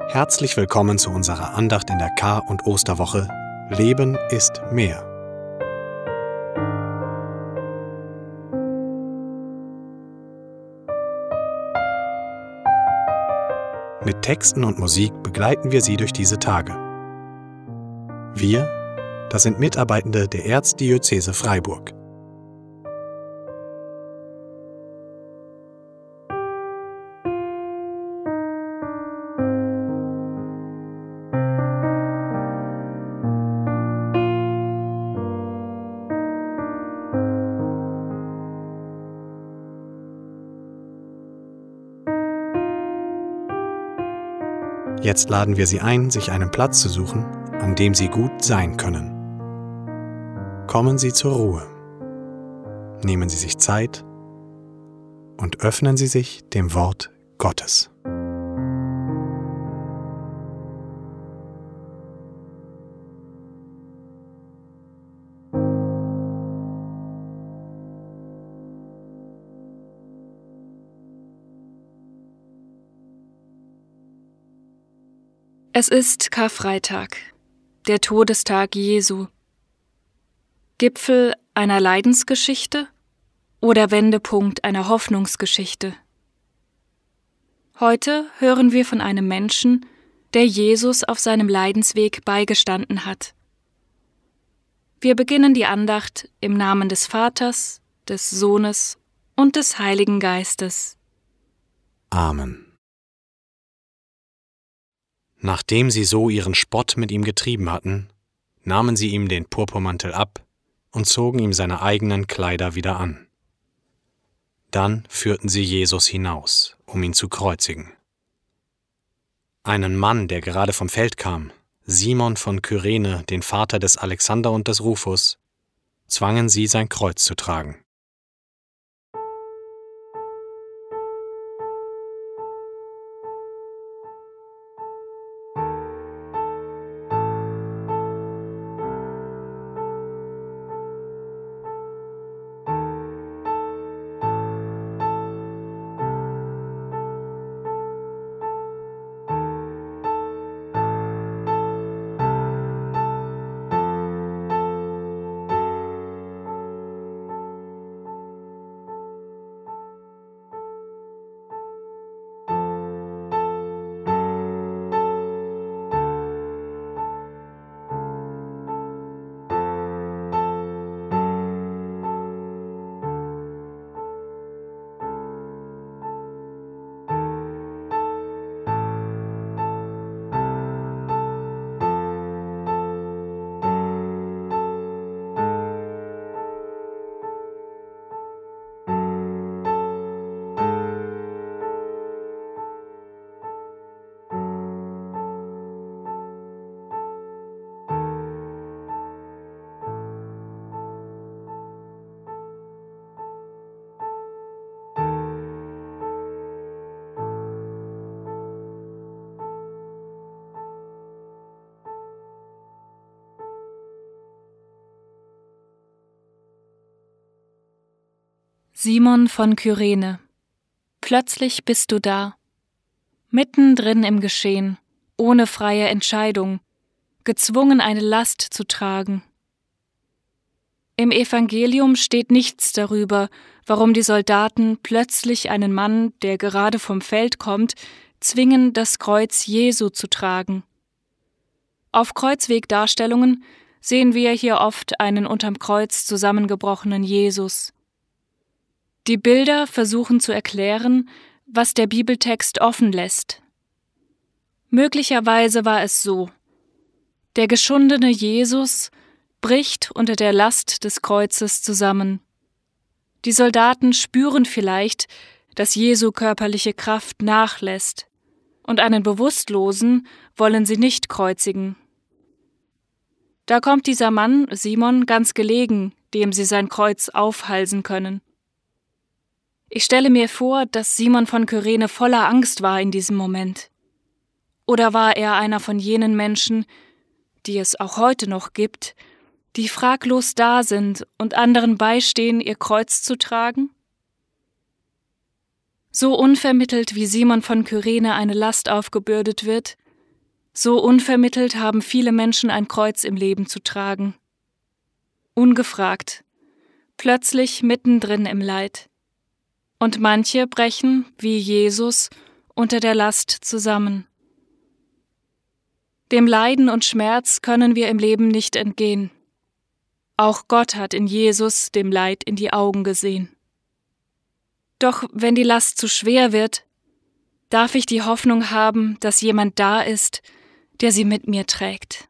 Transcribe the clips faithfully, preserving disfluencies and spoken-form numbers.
Herzlich willkommen zu unserer Andacht in der Kar- und Osterwoche Leben ist mehr. Mit Texten und Musik begleiten wir Sie durch diese Tage. Wir, das sind Mitarbeitende der Erzdiözese Freiburg. Jetzt laden wir Sie ein, sich einen Platz zu suchen, an dem Sie gut sein können. Kommen Sie zur Ruhe. Nehmen Sie sich Zeit und öffnen Sie sich dem Wort Gottes. Es ist Karfreitag, der Todestag Jesu. Gipfel einer Leidensgeschichte oder Wendepunkt einer Hoffnungsgeschichte? Heute hören wir von einem Menschen, der Jesus auf seinem Leidensweg beigestanden hat. Wir beginnen die Andacht im Namen des Vaters, des Sohnes und des Heiligen Geistes. Amen. Nachdem sie so ihren Spott mit ihm getrieben hatten, nahmen sie ihm den Purpurmantel ab und zogen ihm seine eigenen Kleider wieder an. Dann führten sie Jesus hinaus, um ihn zu kreuzigen. Einen Mann, der gerade vom Feld kam, Simon von Kyrene, den Vater des Alexander und des Rufus, zwangen sie, sein Kreuz zu tragen. Simon von Kyrene, plötzlich bist du da, mittendrin im Geschehen, ohne freie Entscheidung, gezwungen eine Last zu tragen. Im Evangelium steht nichts darüber, warum die Soldaten plötzlich einen Mann, der gerade vom Feld kommt, zwingen, das Kreuz Jesu zu tragen. Auf Kreuzwegdarstellungen sehen wir hier oft einen unterm Kreuz zusammengebrochenen Jesus. Die Bilder versuchen zu erklären, was der Bibeltext offen lässt. Möglicherweise war es so: Der geschundene Jesus bricht unter der Last des Kreuzes zusammen. Die Soldaten spüren vielleicht, dass Jesu körperliche Kraft nachlässt, und einen Bewusstlosen wollen sie nicht kreuzigen. Da kommt dieser Mann, Simon, ganz gelegen, dem sie sein Kreuz aufhalsen können. Ich stelle mir vor, dass Simon von Kyrene voller Angst war in diesem Moment. Oder war er einer von jenen Menschen, die es auch heute noch gibt, die fraglos da sind und anderen beistehen, ihr Kreuz zu tragen? So unvermittelt wie Simon von Kyrene eine Last aufgebürdet wird, So unvermittelt haben viele Menschen ein Kreuz im Leben zu tragen. Ungefragt, plötzlich mittendrin im Leid. Und manche brechen, wie Jesus, unter der Last zusammen. Dem Leiden und Schmerz können wir im Leben nicht entgehen. Auch Gott hat in Jesus dem Leid in die Augen gesehen. Doch wenn die Last zu schwer wird, darf ich die Hoffnung haben, dass jemand da ist, der sie mit mir trägt.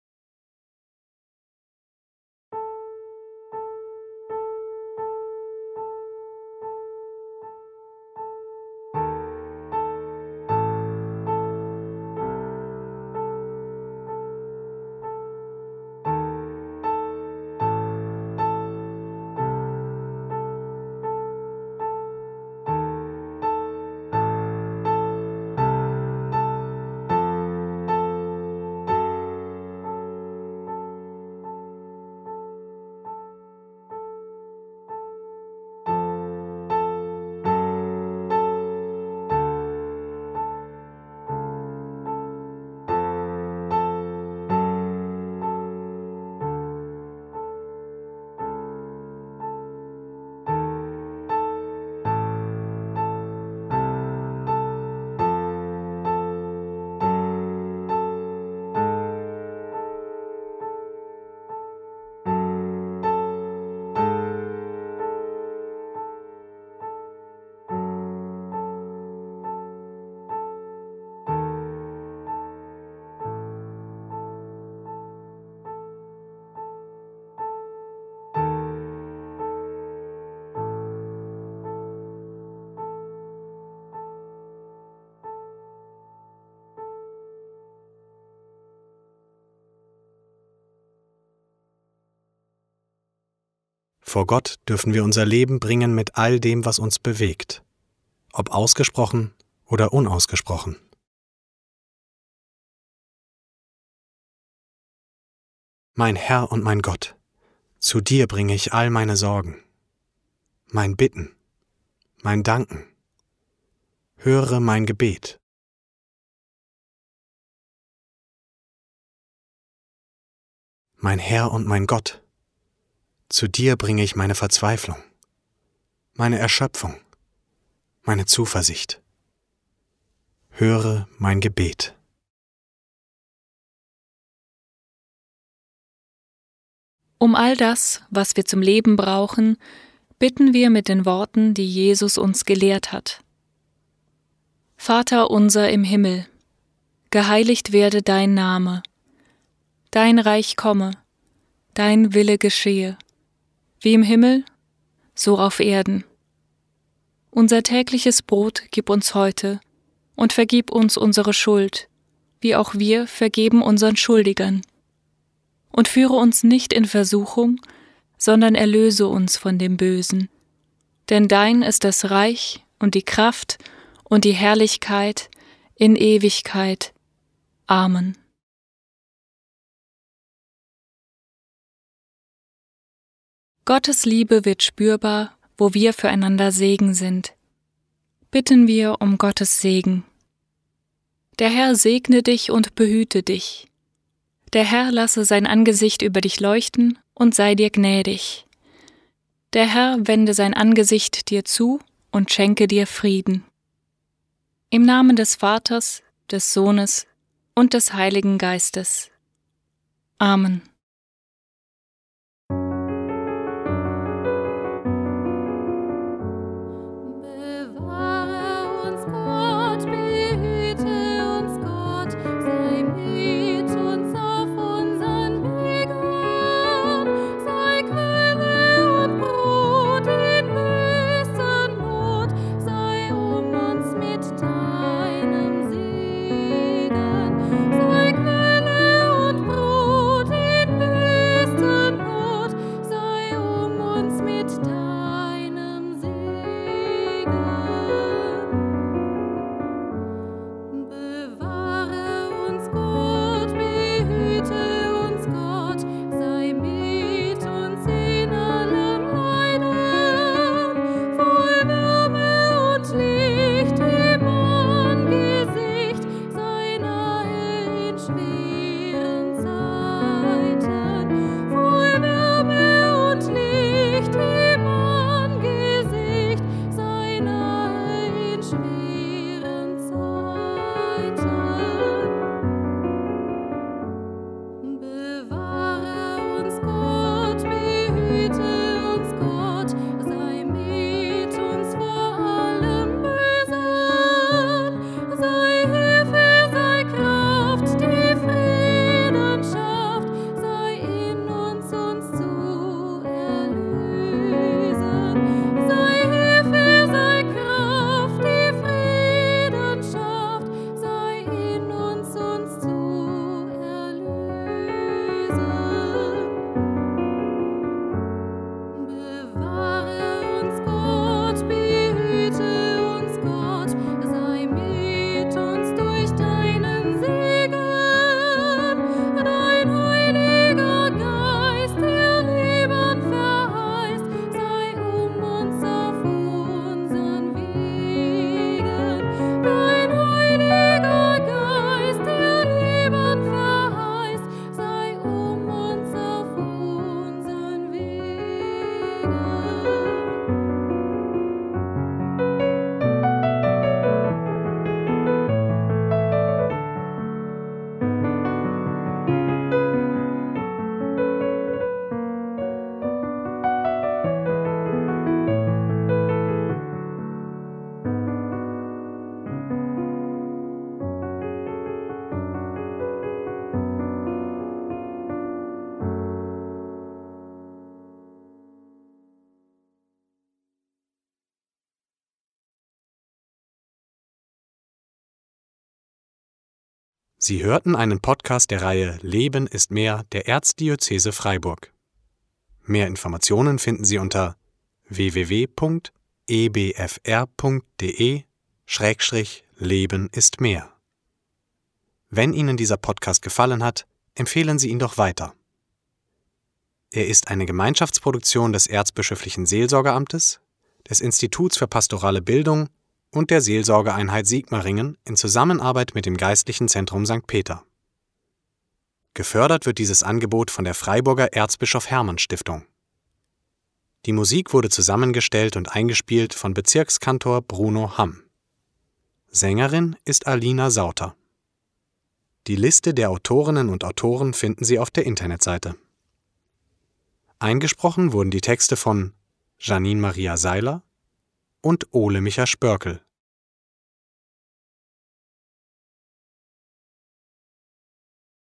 Vor Gott dürfen wir unser Leben bringen mit all dem, was uns bewegt, ob ausgesprochen oder unausgesprochen. Mein Herr und mein Gott, zu dir bringe ich all meine Sorgen, mein Bitten, mein Danken. Höre mein Gebet. Mein Herr und mein Gott, zu dir bringe ich meine Verzweiflung, meine Erschöpfung, meine Zuversicht. Höre mein Gebet. Um all das, was wir zum Leben brauchen, bitten wir mit den Worten, die Jesus uns gelehrt hat. Vater unser im Himmel, geheiligt werde dein Name, dein Reich komme, dein Wille geschehe, wie im Himmel, so auf Erden. Unser tägliches Brot gib uns heute und vergib uns unsere Schuld, wie auch wir vergeben unseren Schuldigern. Und führe uns nicht in Versuchung, sondern erlöse uns von dem Bösen. Denn dein ist das Reich und die Kraft und die Herrlichkeit in Ewigkeit. Amen. Gottes Liebe wird spürbar, wo wir füreinander Segen sind. Bitten wir um Gottes Segen. Der Herr segne dich und behüte dich. Der Herr lasse sein Angesicht über dich leuchten und sei dir gnädig. Der Herr wende sein Angesicht dir zu und schenke dir Frieden. Im Namen des Vaters, des Sohnes und des Heiligen Geistes. Amen. Sei Quelle und Brot in Sie hörten einen Podcast der Reihe Leben ist mehr der Erzdiözese Freiburg. Mehr Informationen finden Sie unter w w w punkt e b f r punkt d e schrägstrich Leben ist mehr. Wenn Ihnen dieser Podcast gefallen hat, empfehlen Sie ihn doch weiter. Er ist eine Gemeinschaftsproduktion des Erzbischöflichen Seelsorgeamtes, des Instituts für pastorale Bildung und der Seelsorgeeinheit Sigmaringen in Zusammenarbeit mit dem Geistlichen Zentrum Sankt Peter. Gefördert wird dieses Angebot von der Freiburger Erzbischof Hermann Stiftung. Die Musik wurde zusammengestellt und eingespielt von Bezirkskantor Bruno Hamm. Sängerin ist Alina Sauter. Die Liste der Autorinnen und Autoren finden Sie auf der Internetseite. Eingesprochen wurden die Texte von Janine Maria Seiler und Ole Micha Spörkel.